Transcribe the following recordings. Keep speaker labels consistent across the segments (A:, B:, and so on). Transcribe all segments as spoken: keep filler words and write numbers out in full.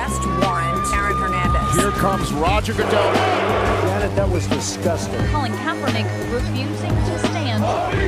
A: arrest warrant Aaron Hernandez.
B: Here comes Roger Goodell.
C: Janet, that was disgusting.
D: Colin Kaepernick refusing to stand.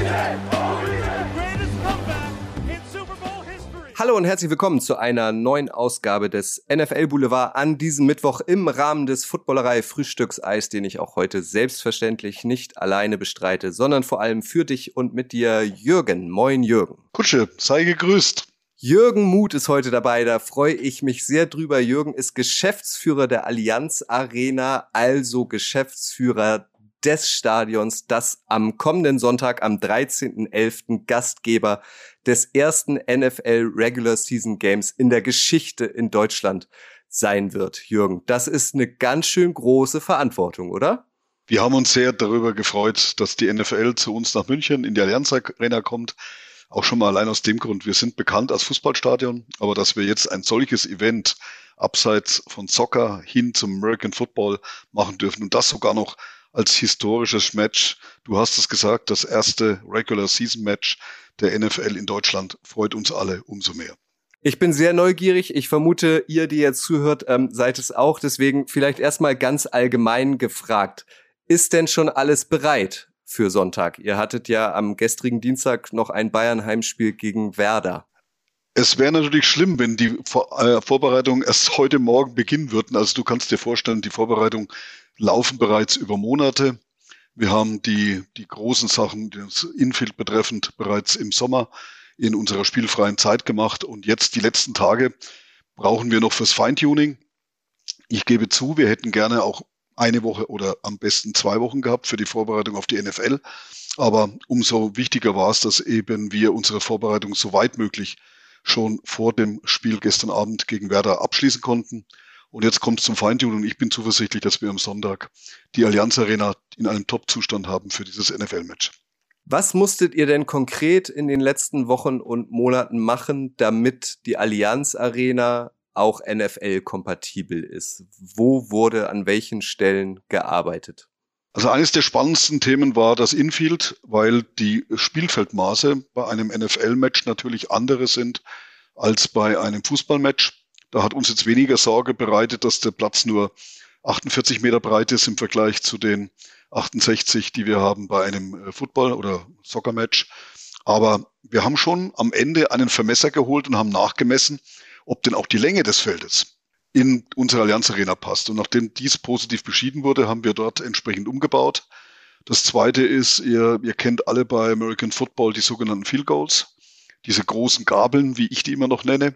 B: Greatest comeback in Super Bowl history.
E: Hallo und herzlich willkommen zu einer neuen Ausgabe des N F L Boulevard an diesem Mittwoch im Rahmen des Footballerei-Frühstückseis, den ich auch heute selbstverständlich nicht alleine bestreite, sondern vor allem für dich und mit dir, Jürgen. Moin, Jürgen.
F: Kutsche, sei gegrüßt.
E: Jürgen Muth ist heute dabei, da freue ich mich sehr drüber. Jürgen ist Geschäftsführer der Allianz Arena, also Geschäftsführer des Stadions, das am kommenden Sonntag, am dreizehnten elften Gastgeber des ersten N F L Regular Season Games in der Geschichte in Deutschland sein wird. Jürgen, das ist eine ganz schön große Verantwortung, oder?
F: Wir haben uns sehr darüber gefreut, dass die N F L zu uns nach München in die Allianz Arena kommt. Auch schon mal allein aus dem Grund, wir sind bekannt als Fußballstadion, aber dass wir jetzt ein solches Event abseits von Soccer hin zum American Football machen dürfen und das sogar noch als historisches Match. Du hast es gesagt, das erste Regular Season Match der N F L in Deutschland freut uns alle umso mehr.
E: Ich bin sehr neugierig. Ich vermute, ihr, die jetzt zuhört, ähm, seid es auch. Deswegen vielleicht erstmal ganz allgemein gefragt. Ist denn schon alles bereit für Sonntag? Ihr hattet ja am gestrigen Dienstag noch ein Bayern-Heimspiel gegen Werder.
F: Es wäre natürlich schlimm, wenn die Vor- äh, Vorbereitungen erst heute Morgen beginnen würden. Also du kannst dir vorstellen, die Vorbereitungen laufen bereits über Monate. Wir haben die, die großen Sachen, das Infield betreffend, bereits im Sommer in unserer spielfreien Zeit gemacht. Und jetzt die letzten Tage brauchen wir noch fürs Feintuning. Ich gebe zu, wir hätten gerne auch eine Woche oder am besten zwei Wochen gehabt für die Vorbereitung auf die N F L. Aber umso wichtiger war es, dass eben wir unsere Vorbereitung so weit möglich schon vor dem Spiel gestern Abend gegen Werder abschließen konnten. Und jetzt kommt es zum Feintuning und ich bin zuversichtlich, dass wir am Sonntag die Allianz Arena in einem Top-Zustand haben für dieses N F L-Match.
E: Was musstet ihr denn konkret in den letzten Wochen und Monaten machen, damit die Allianz Arena auch N F L-kompatibel ist? Wo wurde an welchen Stellen gearbeitet?
F: Also eines der spannendsten Themen war das Infield, weil die Spielfeldmaße bei einem N F L-Match natürlich andere sind als bei einem Fußballmatch. Da hat uns jetzt weniger Sorge bereitet, dass der Platz nur achtundvierzig Meter breit ist im Vergleich zu den achtundsechzig, die wir haben bei einem Football- oder Soccer-Match. Aber wir haben schon am Ende einen Vermesser geholt und haben nachgemessen, ob denn auch die Länge des Feldes in unsere Allianz Arena passt. Und nachdem dies positiv beschieden wurde, haben wir dort entsprechend umgebaut. Das Zweite ist, ihr, ihr kennt alle bei American Football die sogenannten Field Goals, diese großen Gabeln, wie ich die immer noch nenne.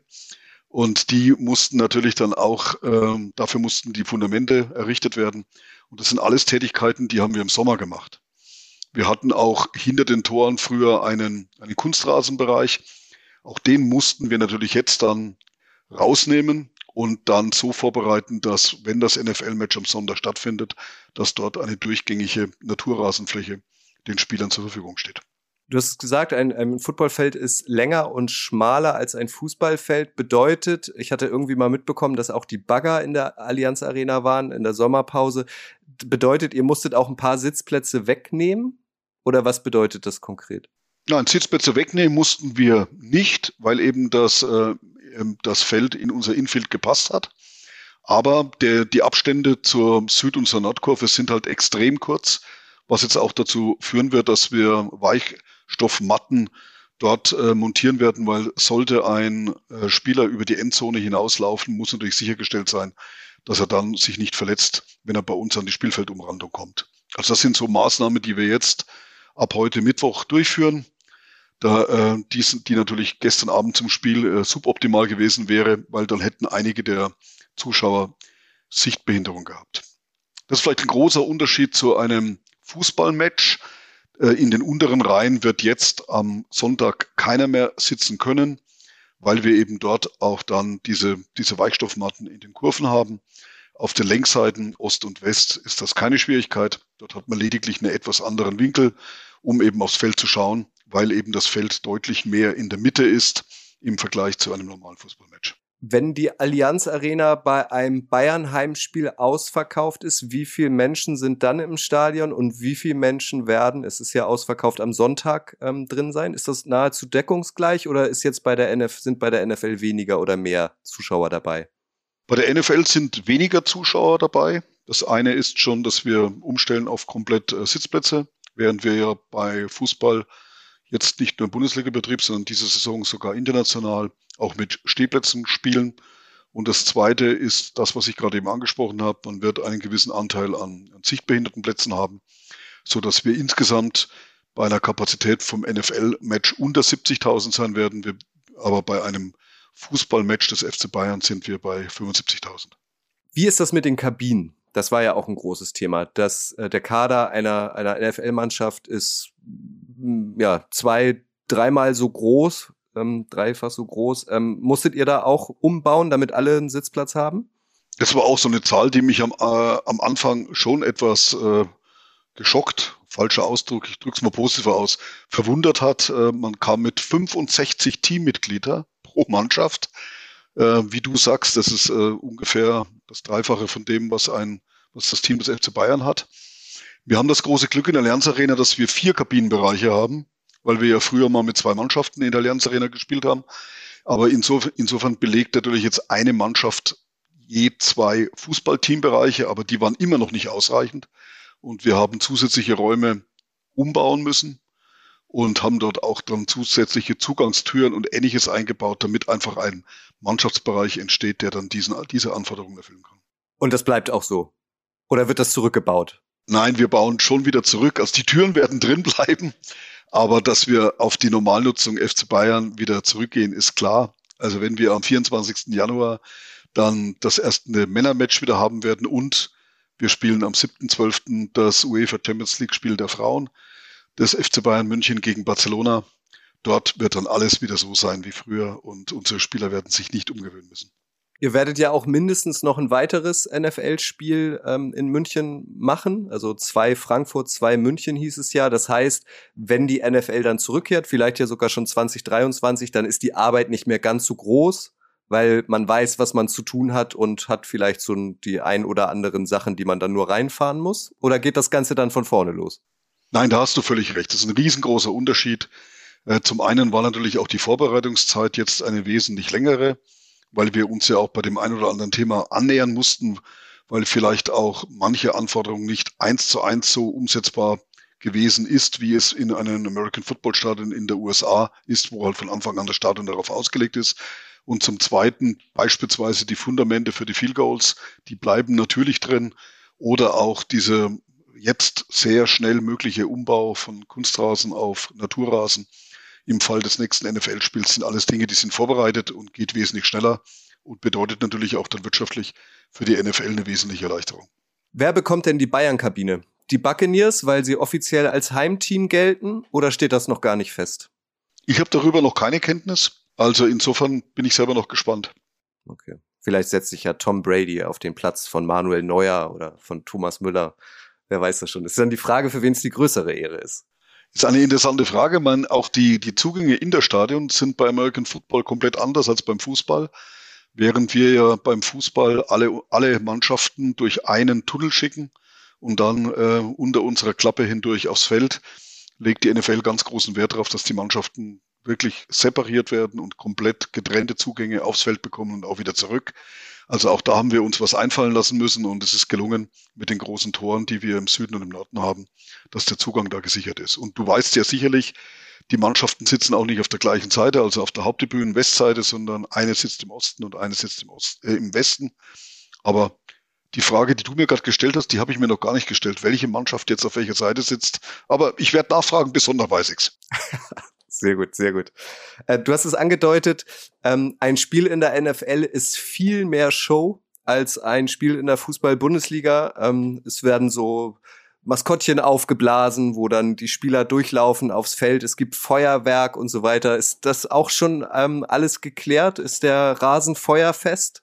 F: Und die mussten natürlich dann auch, ähm, dafür mussten die Fundamente errichtet werden. Und das sind alles Tätigkeiten, die haben wir im Sommer gemacht. Wir hatten auch hinter den Toren früher einen, einen Kunstrasenbereich. Auch den mussten wir natürlich jetzt dann rausnehmen und dann so vorbereiten, dass, wenn das N F L-Match am Sonntag stattfindet, dass dort eine durchgängige Naturrasenfläche den Spielern zur Verfügung steht.
E: Du hast gesagt, ein, ein Footballfeld ist länger und schmaler als ein Fußballfeld. Bedeutet, ich hatte irgendwie mal mitbekommen, dass auch die Bagger in der Allianz Arena waren, in der Sommerpause. Bedeutet, ihr musstet auch ein paar Sitzplätze wegnehmen? Oder was bedeutet das konkret?
F: Nein, Sitzplätze wegnehmen mussten wir nicht, weil eben das, äh, das Feld in unser Infield gepasst hat. Aber der, die Abstände zur Süd- und zur Nordkurve sind halt extrem kurz, was jetzt auch dazu führen wird, dass wir Weichstoffmatten dort äh, montieren werden, weil sollte ein äh, Spieler über die Endzone hinauslaufen, muss natürlich sichergestellt sein, dass er dann sich nicht verletzt, wenn er bei uns an die Spielfeldumrandung kommt. Also das sind so Maßnahmen, die wir jetzt ab heute Mittwoch durchführen. Da äh, die, sind, die natürlich gestern Abend zum Spiel äh, suboptimal gewesen wäre, weil dann hätten einige der Zuschauer Sichtbehinderung gehabt. Das ist vielleicht ein großer Unterschied zu einem Fußballmatch. Äh, in den unteren Reihen wird jetzt am Sonntag keiner mehr sitzen können, weil wir eben dort auch dann diese, diese Weichstoffmatten in den Kurven haben. Auf den Längsseiten Ost und West ist das keine Schwierigkeit. Dort hat man lediglich einen etwas anderen Winkel, um eben aufs Feld zu schauen, weil eben das Feld deutlich mehr in der Mitte ist im Vergleich zu einem normalen Fußballmatch.
E: Wenn die Allianz Arena bei einem Bayern-Heimspiel ausverkauft ist, wie viele Menschen sind dann im Stadion und wie viele Menschen werden, es ist ja ausverkauft, am Sonntag ähm, drin sein? Ist das nahezu deckungsgleich oder ist jetzt bei der N F, sind bei der N F L weniger oder mehr Zuschauer dabei?
F: Bei der N F L sind weniger Zuschauer dabei. Das eine ist schon, dass wir umstellen auf komplett äh, Sitzplätze, während wir ja bei Fußball jetzt nicht nur im Bundesliga-Betrieb, sondern diese Saison sogar international auch mit Stehplätzen spielen. Und das Zweite ist das, was ich gerade eben angesprochen habe. Man wird einen gewissen Anteil an, an Sichtbehindertenplätzen haben, so dass wir insgesamt bei einer Kapazität vom N F L-Match unter siebzigtausend sein werden. Wir, aber bei einem Fußballmatch des F C Bayern sind wir bei fünfundsiebzigtausend.
E: Wie ist das mit den Kabinen? Das war ja auch ein großes Thema. Das, äh, der Kader einer, einer N F L-Mannschaft ist m, ja zwei, dreimal so groß, ähm, dreifach so groß. Ähm, musstet ihr da auch umbauen, damit alle einen Sitzplatz haben?
F: Das war auch so eine Zahl, die mich am, äh, am Anfang schon etwas äh, geschockt, falscher Ausdruck, ich drücke es mal positiver aus, verwundert hat. Äh, man kam mit fünfundsechzig Teammitglieder pro Mannschaft. Äh, wie du sagst, das ist äh, ungefähr das Dreifache von dem, was ein, was das Team des F C Bayern hat. Wir haben das große Glück in der Allianz Arena, dass wir vier Kabinenbereiche haben, weil wir ja früher mal mit zwei Mannschaften in der Allianz Arena gespielt haben. Aber insofern, insofern belegt natürlich jetzt eine Mannschaft je zwei Fußballteambereiche, aber die waren immer noch nicht ausreichend. Und wir haben zusätzliche Räume umbauen müssen und haben dort auch dann zusätzliche Zugangstüren und Ähnliches eingebaut, damit einfach ein Mannschaftsbereich entsteht, der dann diesen, diese Anforderungen erfüllen kann.
E: Und das bleibt auch so? Oder wird das zurückgebaut?
F: Nein, wir bauen schon wieder zurück. Also die Türen werden drin bleiben, aber dass wir auf die Normalnutzung F C Bayern wieder zurückgehen, ist klar. Also wenn wir am vierundzwanzigsten Januar dann das erste Männermatch wieder haben werden und wir spielen am siebten zwölften das UEFA Champions League Spiel der Frauen des F C Bayern München gegen Barcelona. Dort wird dann alles wieder so sein wie früher und unsere Spieler werden sich nicht umgewöhnen müssen.
E: Ihr werdet ja auch mindestens noch ein weiteres N F L-Spiel ähm, in München machen. Also zwei Frankfurt, zwei München hieß es ja. Das heißt, wenn die N F L dann zurückkehrt, vielleicht ja sogar schon zwanzig dreiundzwanzig, dann ist die Arbeit nicht mehr ganz so groß, weil man weiß, was man zu tun hat und hat vielleicht so die ein oder anderen Sachen, die man dann nur reinfahren muss. Oder geht das Ganze dann von vorne los?
F: Nein, da hast du völlig recht. Das ist ein riesengroßer Unterschied. Zum einen war natürlich auch die Vorbereitungszeit jetzt eine wesentlich längere, weil wir uns ja auch bei dem einen oder anderen Thema annähern mussten, weil vielleicht auch manche Anforderungen nicht eins zu eins so umsetzbar gewesen ist, wie es in einem American Football Stadion in der U S A ist, wo halt von Anfang an das Stadion darauf ausgelegt ist. Und zum Zweiten beispielsweise die Fundamente für die Field Goals, die bleiben natürlich drin. Oder auch diese jetzt sehr schnell mögliche Umbau von Kunstrasen auf Naturrasen. Im Fall des nächsten N F L-Spiels sind alles Dinge, die sind vorbereitet und geht wesentlich schneller und bedeutet natürlich auch dann wirtschaftlich für die N F L eine wesentliche Erleichterung.
E: Wer bekommt denn die Bayern-Kabine? Die Buccaneers, weil sie offiziell als Heimteam gelten, oder steht das noch gar nicht fest?
F: Ich habe darüber noch keine Kenntnis. Also insofern bin ich selber noch gespannt.
E: Okay. Vielleicht setzt sich ja Tom Brady auf den Platz von Manuel Neuer oder von Thomas Müller. Wer weiß das schon. Es ist dann die Frage, für wen es die größere Ehre ist.
F: Das ist eine interessante Frage. Man, auch die, die Zugänge in der Stadion sind bei American Football komplett anders als beim Fußball. Während wir ja beim Fußball alle, alle Mannschaften durch einen Tunnel schicken und dann äh, unter unserer Klappe hindurch aufs Feld, legt die N F L ganz großen Wert darauf, dass die Mannschaften wirklich separiert werden und komplett getrennte Zugänge aufs Feld bekommen und auch wieder zurück. Also auch da haben wir uns was einfallen lassen müssen und es ist gelungen mit den großen Toren, die wir im Süden und im Norden haben, dass der Zugang da gesichert ist. Und du weißt ja sicherlich, die Mannschaften sitzen auch nicht auf der gleichen Seite, also auf der Haupttribünen Westseite, sondern eine sitzt im Osten und eine sitzt im, Ost, äh, im Westen. Aber die Frage, die du mir gerade gestellt hast, die habe ich mir noch gar nicht gestellt, welche Mannschaft jetzt auf welcher Seite sitzt. Aber ich werde nachfragen, bis Sonntag weiß ich's.
E: Sehr gut, sehr gut. Äh, du hast es angedeutet, ähm, ein Spiel in der N F L ist viel mehr Show als ein Spiel in der Fußball-Bundesliga. Ähm, es werden so Maskottchen aufgeblasen, wo dann die Spieler durchlaufen aufs Feld. Es gibt Feuerwerk und so weiter. Ist das auch schon ähm, alles geklärt? Ist der Rasen feuerfest?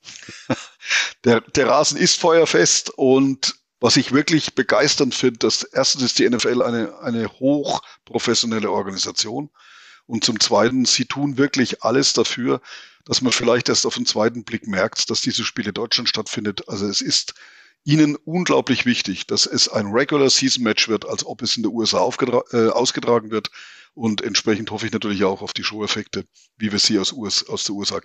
F: Der, der Rasen ist feuerfest und was ich wirklich begeisternd finde, dass erstens ist die N F L eine, eine hochprofessionelle Organisation und zum Zweiten, sie tun wirklich alles dafür, dass man vielleicht erst auf den zweiten Blick merkt, dass diese Spiele in Deutschland stattfindet. Also es ist ihnen unglaublich wichtig, dass es ein Regular Season Match wird, als ob es in der U S A aufgetra- äh, ausgetragen wird und entsprechend hoffe ich natürlich auch auf die Show-Effekte, wie wir sie aus, U S, aus der U S A kennen.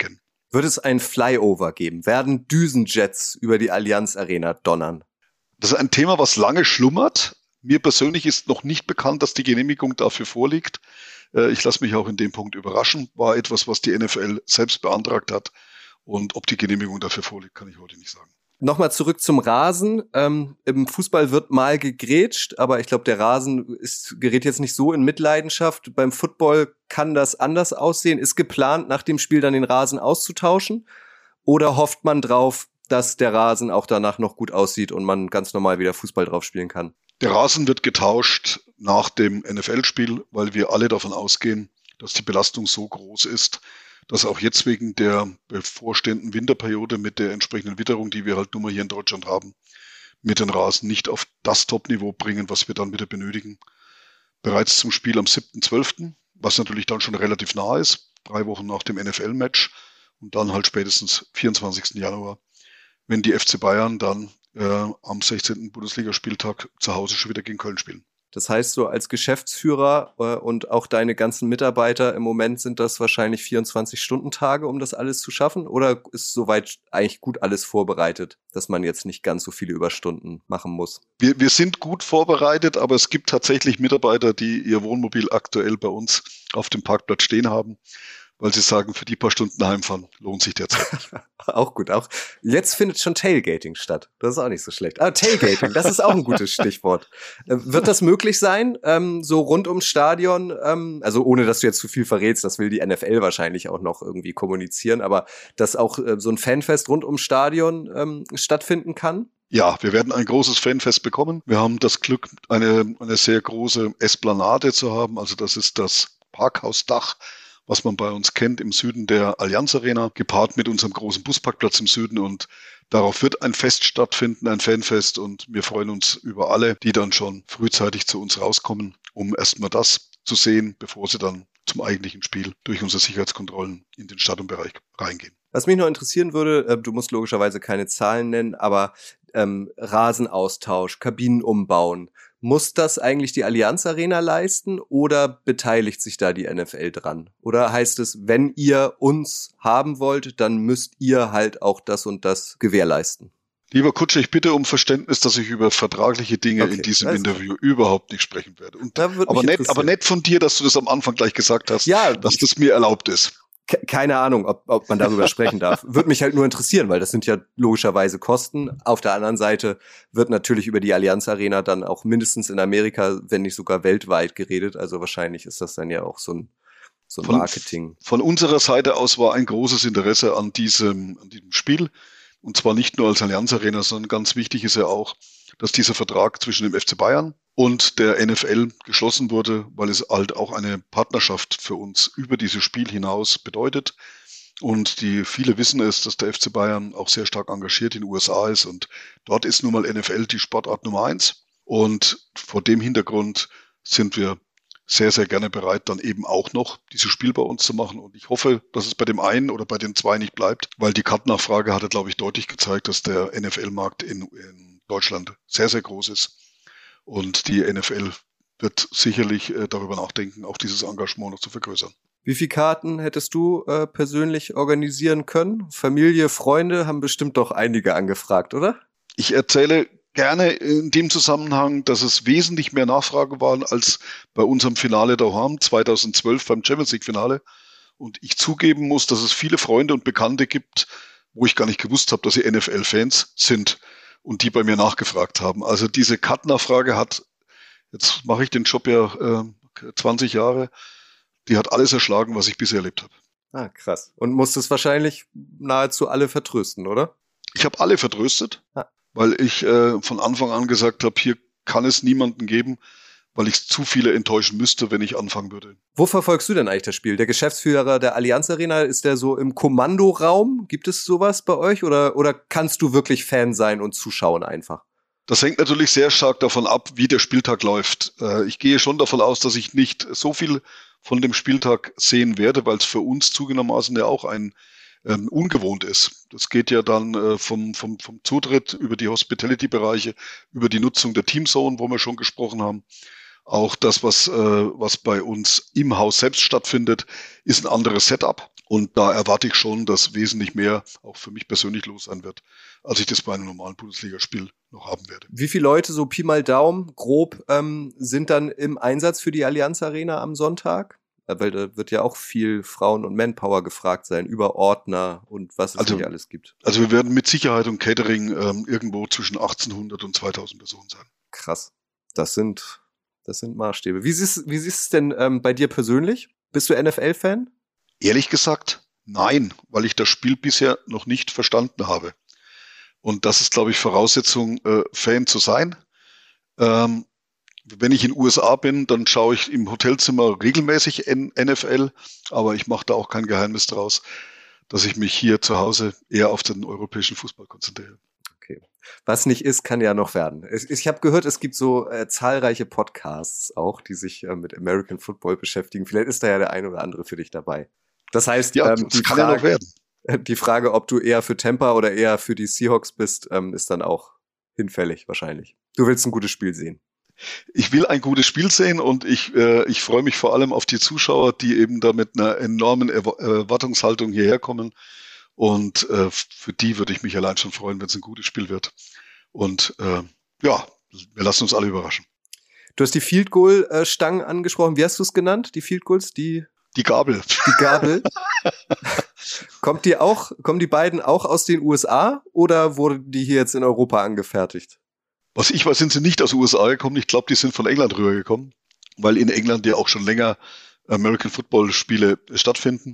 E: Wird es ein Flyover geben? Werden Düsenjets über die Allianz Arena donnern?
F: Das ist ein Thema, was lange schlummert. Mir persönlich ist noch nicht bekannt, dass die Genehmigung dafür vorliegt. Ich lasse mich auch in dem Punkt überraschen. War etwas, was die N F L selbst beantragt hat. Und ob die Genehmigung dafür vorliegt, kann ich heute nicht sagen.
E: Nochmal zurück zum Rasen. Ähm, im Fußball wird mal gegrätscht, aber ich glaube, der Rasen ist, gerät jetzt nicht so in Mitleidenschaft. Beim Football kann das anders aussehen. Ist geplant, nach dem Spiel dann den Rasen auszutauschen? Oder hofft man drauf, dass der Rasen auch danach noch gut aussieht und man ganz normal wieder Fußball drauf spielen kann?
F: Der Rasen wird getauscht nach dem N F L-Spiel, weil wir alle davon ausgehen, dass die Belastung so groß ist, dass auch jetzt wegen der bevorstehenden Winterperiode mit der entsprechenden Witterung, die wir halt nun mal hier in Deutschland haben, mit den Rasen nicht auf das Top-Niveau bringen, was wir dann wieder benötigen. Bereits zum Spiel am siebten zwölften, was natürlich dann schon relativ nah ist, drei Wochen nach dem N F L-Match und dann halt spätestens vierundzwanzigsten Januar, wenn die F C Bayern dann äh, am sechzehnten Bundesligaspieltag zu Hause schon wieder gegen Köln spielen.
E: Das heißt, so als Geschäftsführer äh, und auch deine ganzen Mitarbeiter im Moment sind das wahrscheinlich vierundzwanzig-Stunden-Tage, um das alles zu schaffen? Oder ist soweit eigentlich gut alles vorbereitet, dass man jetzt nicht ganz so viele Überstunden machen muss?
F: Wir, wir sind gut vorbereitet, aber es gibt tatsächlich Mitarbeiter, die ihr Wohnmobil aktuell bei uns auf dem Parkplatz stehen haben, weil sie sagen, für die paar Stunden heimfahren lohnt sich derzeit nicht.
E: Auch gut, auch jetzt findet schon Tailgating statt. Das ist auch nicht so schlecht. Ah, Tailgating, das ist auch ein gutes Stichwort. Äh, wird das möglich sein, ähm, so rund ums Stadion, ähm, also ohne, dass du jetzt zu viel verrätst, das will die N F L wahrscheinlich auch noch irgendwie kommunizieren, aber dass auch äh, so ein Fanfest rund ums Stadion ähm, stattfinden kann?
F: Ja, wir werden ein großes Fanfest bekommen. Wir haben das Glück, eine, eine sehr große Esplanade zu haben, also das ist das Parkhausdach, was man bei uns kennt, im Süden der Allianz Arena, gepaart mit unserem großen Busparkplatz im Süden. Und darauf wird ein Fest stattfinden, ein Fanfest. Und wir freuen uns über alle, die dann schon frühzeitig zu uns rauskommen, um erstmal das zu sehen, bevor sie dann zum eigentlichen Spiel durch unsere Sicherheitskontrollen in den Stadionbereich reingehen.
E: Was mich noch interessieren würde, äh, du musst logischerweise keine Zahlen nennen, aber ähm, Rasenaustausch, Kabinen umbauen, muss das eigentlich die Allianz Arena leisten oder beteiligt sich da die N F L dran? Oder heißt es, wenn ihr uns haben wollt, dann müsst ihr halt auch das und das gewährleisten?
F: Lieber Kutscher, ich bitte um Verständnis, dass ich über vertragliche Dinge
E: Okay,
F: in diesem
E: also
F: Interview überhaupt nicht sprechen werde. Und,
E: Da würde
F: aber,
E: mich
F: nett, aber nett von dir, dass du das am Anfang gleich gesagt hast,
E: Ja,
F: dass das mir erlaubt ist.
E: Ke- Keine Ahnung, ob, ob man darüber sprechen darf. Würde mich halt nur interessieren, weil das sind ja logischerweise Kosten. Auf der anderen Seite wird natürlich über die Allianz Arena dann auch mindestens in Amerika, wenn nicht sogar weltweit geredet. Also wahrscheinlich ist das dann ja auch so ein, so ein
F: Von-
E: Marketing.
F: Von unserer Seite aus war ein großes Interesse an diesem, an diesem Spiel. Und zwar nicht nur als Allianz Arena, sondern ganz wichtig ist ja auch, dass dieser Vertrag zwischen dem F C Bayern und der N F L geschlossen wurde, weil es halt auch eine Partnerschaft für uns über dieses Spiel hinaus bedeutet. Und die viele wissen es, dass der F C Bayern auch sehr stark engagiert in den U S A ist. Und dort ist nun mal N F L die Sportart Nummer eins. Und vor dem Hintergrund sind wir sehr, sehr gerne bereit, dann eben auch noch dieses Spiel bei uns zu machen. Und ich hoffe, dass es bei dem einen oder bei den zwei nicht bleibt, weil die Kartennachfrage hatte, glaube ich, deutlich gezeigt, dass der N F L-Markt in, in Deutschland sehr, sehr groß ist. Und die N F L wird sicherlich äh, darüber nachdenken, auch dieses Engagement noch zu vergrößern.
E: Wie viele Karten hättest du äh, persönlich organisieren können? Familie, Freunde haben bestimmt doch einige angefragt, oder?
F: Ich erzähle gerne in dem Zusammenhang, dass es wesentlich mehr Nachfrage waren als bei unserem Finale daheim zweitausendzwölf beim Champions League Finale. Und ich zugeben muss, dass es viele Freunde und Bekannte gibt, wo ich gar nicht gewusst habe, dass sie N F L-Fans sind und die bei mir nachgefragt haben. Also diese Cut-Nachfrage hat, jetzt mache ich den Job ja äh, zwanzig Jahre, die hat alles erschlagen, was ich bisher erlebt habe.
E: Ah, krass. Und musstest wahrscheinlich nahezu alle vertrösten, oder?
F: Ich habe alle vertröstet,
E: Ah.
F: weil ich äh, von Anfang an gesagt habe, hier kann es niemanden geben, weil ich zu viele enttäuschen müsste, wenn ich anfangen würde.
E: Wo verfolgst du denn eigentlich das Spiel? Der Geschäftsführer der Allianz Arena, ist der so im Kommandoraum? Gibt es sowas bei euch? Oder, oder kannst du wirklich Fan sein und zuschauen einfach?
F: Das hängt natürlich sehr stark davon ab, wie der Spieltag läuft. Äh, ich gehe schon davon aus, dass ich nicht so viel von dem Spieltag sehen werde, weil es für uns zugegebenermaßen ja auch ein ähm, ungewohnt ist. Das geht ja dann äh, vom, vom, vom Zutritt über die Hospitality-Bereiche, über die Nutzung der Teamzone, wo wir schon gesprochen haben. Auch das, was, äh, was bei uns im Haus selbst stattfindet, ist ein anderes Setup. Und da erwarte ich schon, dass wesentlich mehr auch für mich persönlich los sein wird, als ich das bei einem normalen Bundesligaspiel noch haben werde.
E: Wie viele Leute, so Pi mal Daumen, grob, ähm, sind dann im Einsatz für die Allianz Arena am Sonntag? Weil da wird ja auch viel Frauen- und Manpower gefragt sein, über Ordner und was es
F: also,
E: nicht alles gibt.
F: Also wir werden mit Sicherheit und Catering ähm, irgendwo zwischen achtzehnhundert und zweitausend Personen sein.
E: Krass. Das sind, das sind Maßstäbe. Wie siehst, wie siehst du es denn ähm, bei dir persönlich? Bist du N F L-Fan?
F: Ehrlich gesagt, nein, weil ich das Spiel bisher noch nicht verstanden habe. Und das ist, glaube ich, Voraussetzung, äh, Fan zu sein. Ähm, wenn ich in den U S A bin, dann schaue ich im Hotelzimmer regelmäßig N F L, aber ich mache da auch kein Geheimnis draus, dass ich mich hier zu Hause eher auf den europäischen Fußball konzentriere.
E: Okay. Was nicht ist, kann ja noch werden. Ich habe gehört, es gibt so äh, zahlreiche Podcasts auch, die sich äh, mit American Football beschäftigen. Vielleicht ist da ja der ein oder andere für dich dabei. Das heißt,
F: ja,
E: ähm,
F: das
E: die,
F: kann
E: Frage,
F: ja noch werden.
E: die Frage, ob du eher für Tampa oder eher für die Seahawks bist, ähm, ist dann auch hinfällig wahrscheinlich. Du willst ein gutes Spiel sehen.
F: Ich will ein gutes Spiel sehen und ich, äh, ich freue mich vor allem auf die Zuschauer, die eben da mit einer enormen Erwartungshaltung hierher kommen. Und äh, für die würde ich mich allein schon freuen, wenn es ein gutes Spiel wird. Und äh, ja, wir lassen uns alle überraschen.
E: Du hast die Field Goal äh, Stangen angesprochen. Wie hast du es genannt? Die Field Goals? Die
F: Die Gabel.
E: Die Gabel. Kommt die auch, kommen die beiden auch aus den U S A oder wurden die hier jetzt in Europa angefertigt?
F: Was ich weiß, sind sie nicht aus den U S A gekommen. Ich glaube, die sind von England rübergekommen, weil in England ja auch schon länger American Football Spiele stattfinden.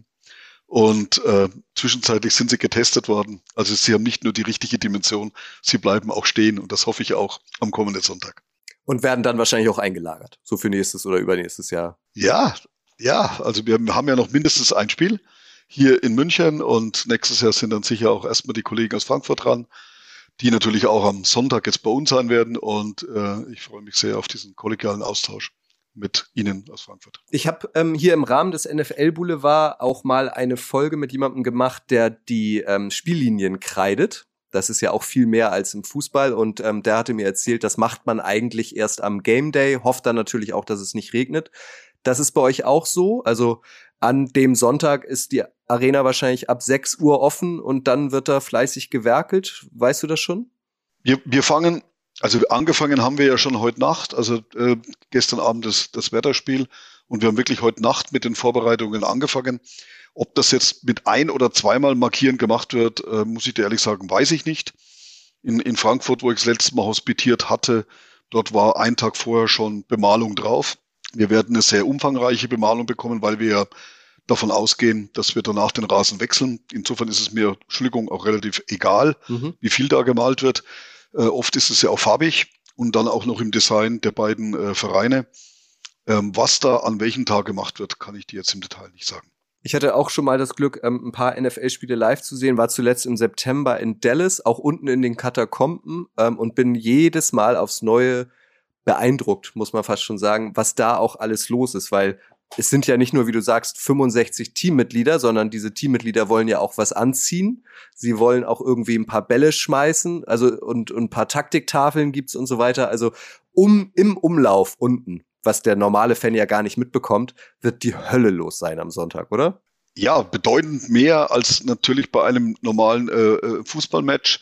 F: Und äh, zwischenzeitlich sind sie getestet worden. Also sie haben nicht nur die richtige Dimension, sie bleiben auch stehen. Und das hoffe ich auch am kommenden Sonntag.
E: Und werden dann wahrscheinlich auch eingelagert, so für nächstes oder übernächstes Jahr.
F: Ja, ja. Also wir haben ja noch mindestens ein Spiel hier in München. Und nächstes Jahr sind dann sicher auch erstmal die Kollegen aus Frankfurt dran, die natürlich auch am Sonntag jetzt bei uns sein werden. Und äh, ich freue mich sehr auf diesen kollegialen Austausch mit Ihnen aus Frankfurt.
E: Ich habe ähm, hier im Rahmen des N F L Boulevard auch mal eine Folge mit jemandem gemacht, der die ähm, Spiellinien kreidet. Das ist ja auch viel mehr als im Fußball. Und ähm, der hatte mir erzählt, das macht man eigentlich erst am Game Day, hofft dann natürlich auch, dass es nicht regnet. Das ist bei euch auch so? Also an dem Sonntag ist die Arena wahrscheinlich ab sechs Uhr offen und dann wird da fleißig gewerkelt. Weißt du das schon?
F: Wir, wir fangen, also angefangen haben wir ja schon heute Nacht, also äh, gestern Abend das, das Wetterspiel, und wir haben wirklich heute Nacht mit den Vorbereitungen angefangen. Ob das jetzt mit ein- oder zweimal Markieren gemacht wird, äh, muss ich dir ehrlich sagen, weiß ich nicht. In, in Frankfurt, wo ich das letzte Mal hospitiert hatte, dort war ein Tag vorher schon Bemalung drauf. Wir werden eine sehr umfangreiche Bemalung bekommen, weil wir ja davon ausgehen, dass wir danach den Rasen wechseln. Insofern ist es mir, Entschuldigung, auch relativ egal, mhm. wie viel da gemalt wird. Äh, oft ist es ja auch farbig und dann auch noch im Design der beiden äh, Vereine. Ähm, was da an welchem Tag gemacht wird, kann ich dir jetzt im Detail nicht sagen.
E: Ich hatte auch schon mal das Glück, ähm, ein paar N F L-Spiele live zu sehen, war zuletzt im September in Dallas, auch unten in den Katakomben, ähm, und bin jedes Mal aufs Neue beeindruckt, muss man fast schon sagen, was da auch alles los ist, weil es sind ja nicht nur, wie du sagst, fünfundsechzig Teammitglieder, sondern diese Teammitglieder wollen ja auch was anziehen. Sie wollen auch irgendwie ein paar Bälle schmeißen, also und, und ein paar Taktiktafeln gibt's und so weiter. Also um im Umlauf unten, was der normale Fan ja gar nicht mitbekommt, wird die Hölle los sein am Sonntag, oder?
F: Ja, bedeutend mehr als natürlich bei einem normalen äh, Fußballmatch.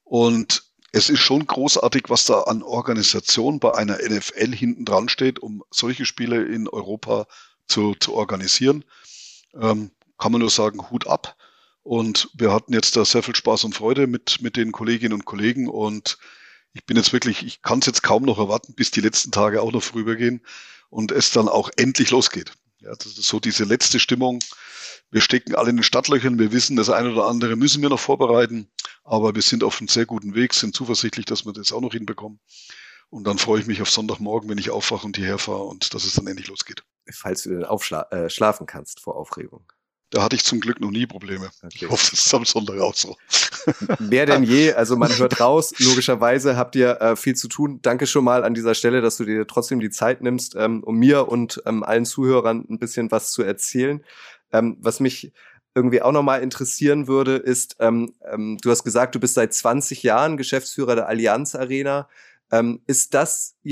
F: Und es ist schon großartig, was da an Organisation bei einer N F L hinten dran steht, um solche Spiele in Europa zu, zu organisieren. Ähm, kann man nur sagen, Hut ab. Und wir hatten jetzt da sehr viel Spaß und Freude mit, mit den Kolleginnen und Kollegen. Und ich bin jetzt wirklich, ich kann es jetzt kaum noch erwarten, bis die letzten Tage auch noch vorübergehen und es dann auch endlich losgeht. Ja, das ist so diese letzte Stimmung. Wir stecken alle in den Startlöchern. Wir wissen, das eine oder andere müssen wir noch vorbereiten. Aber wir sind auf einem sehr guten Weg, sind zuversichtlich, dass wir das auch noch hinbekommen. Und dann freue ich mich auf Sonntagmorgen, wenn ich aufwache und hierher fahre und dass es dann endlich losgeht.
E: Falls du denn aufschla- äh, schlafen kannst vor Aufregung.
F: Da hatte ich zum Glück noch nie Probleme. Okay. Ich hoffe, das ist am Sonntag auch so.
E: Mehr denn je. Also man hört raus, logischerweise habt ihr äh, viel zu tun. Danke schon mal an dieser Stelle, dass du dir trotzdem die Zeit nimmst, ähm, um mir und ähm, allen Zuhörern ein bisschen was zu erzählen. Ähm, was mich irgendwie auch nochmal interessieren würde, ist, ähm, ähm, du hast gesagt, du bist seit zwanzig Jahren Geschäftsführer der Allianz Arena. Ähm, ist das jetzt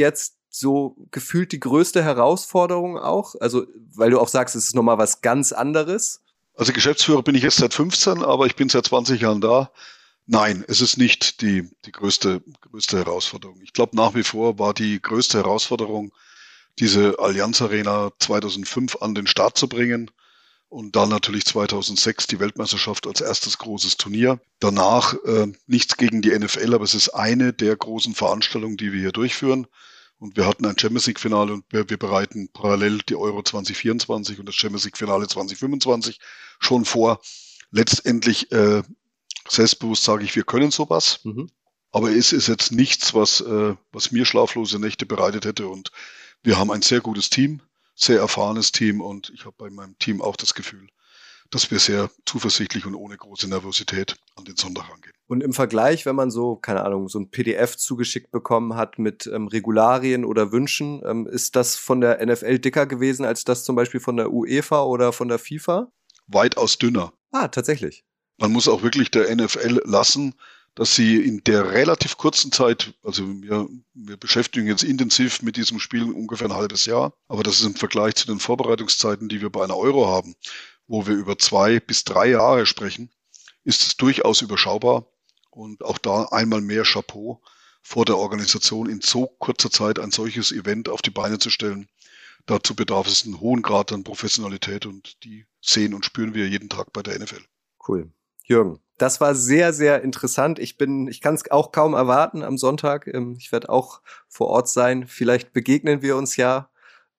E: so gefühlt die größte Herausforderung auch? Also, weil du auch sagst, es ist nochmal was ganz anderes.
F: Also Geschäftsführer bin ich jetzt seit fünfzehn, aber ich bin seit zwanzig Jahren da. Nein, es ist nicht die, die größte, größte Herausforderung. Ich glaube, nach wie vor war die größte Herausforderung, diese Allianz Arena zweitausendfünf an den Start zu bringen und dann natürlich zweitausendsechs die Weltmeisterschaft als erstes großes Turnier. Danach äh, nichts gegen die N F L, aber es ist eine der großen Veranstaltungen, die wir hier durchführen. Und wir hatten ein Champions League Finale und wir, wir bereiten parallel die Euro zwanzig vierundzwanzig und das Champions League Finale zwanzig fünfundzwanzig schon vor. Letztendlich äh, selbstbewusst sage ich, wir können sowas. Mhm. Aber es ist jetzt nichts, was, äh, was mir schlaflose Nächte bereitet hätte. Und wir haben ein sehr gutes Team, sehr erfahrenes Team. Und ich habe bei meinem Team auch das Gefühl, dass wir sehr zuversichtlich und ohne große Nervosität an den Sonntag rangehen.
E: Und im Vergleich, wenn man so, keine Ahnung, so ein P D F zugeschickt bekommen hat mit ähm, Regularien oder Wünschen, ähm, ist das von der N F L dicker gewesen als das zum Beispiel von der UEFA oder von der FIFA?
F: Weitaus dünner.
E: Ah, tatsächlich.
F: Man muss auch wirklich der N F L lassen, dass sie in der relativ kurzen Zeit, also wir, wir beschäftigen jetzt intensiv mit diesem Spiel ungefähr ein halbes Jahr, aber das ist im Vergleich zu den Vorbereitungszeiten, die wir bei einer Euro haben, wo wir über zwei bis drei Jahre sprechen, ist es durchaus überschaubar. Und auch da einmal mehr Chapeau vor der Organisation, in so kurzer Zeit ein solches Event auf die Beine zu stellen. Dazu bedarf es einen hohen Grad an Professionalität und die sehen und spüren wir jeden Tag bei der N F L.
E: Cool. Jürgen, das war sehr, sehr interessant. Ich bin, ich kann es auch kaum erwarten am Sonntag. Ich werde auch vor Ort sein. Vielleicht begegnen wir uns ja.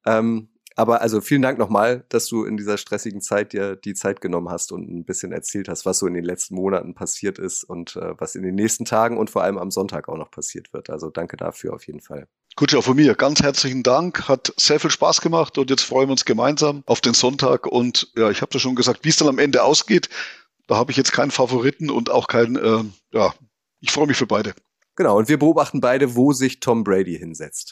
E: Aber also vielen Dank nochmal, dass du in dieser stressigen Zeit dir die Zeit genommen hast und ein bisschen erzählt hast, was so in den letzten Monaten passiert ist und äh, was in den nächsten Tagen und vor allem am Sonntag auch noch passiert wird. Also danke dafür auf jeden Fall.
F: Gut, ja, von mir ganz herzlichen Dank. Hat sehr viel Spaß gemacht und jetzt freuen wir uns gemeinsam auf den Sonntag. Und ja, ich habe ja schon gesagt, wie es dann am Ende ausgeht, da habe ich jetzt keinen Favoriten und auch keinen, äh, ja, ich freue mich für beide.
E: Genau, und wir beobachten beide, wo sich Tom Brady hinsetzt.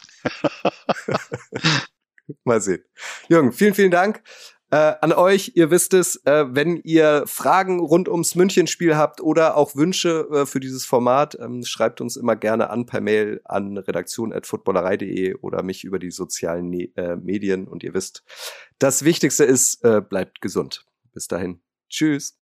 E: Mal sehen. Jürgen, vielen, vielen Dank äh, an euch. Ihr wisst es, äh, wenn ihr Fragen rund ums Münchenspiel habt oder auch Wünsche äh, für dieses Format, ähm, schreibt uns immer gerne an per Mail an redaktion at footballerei punkt de oder mich über die sozialen ne- äh, Medien. Und ihr wisst, das Wichtigste ist, äh, bleibt gesund. Bis dahin. Tschüss.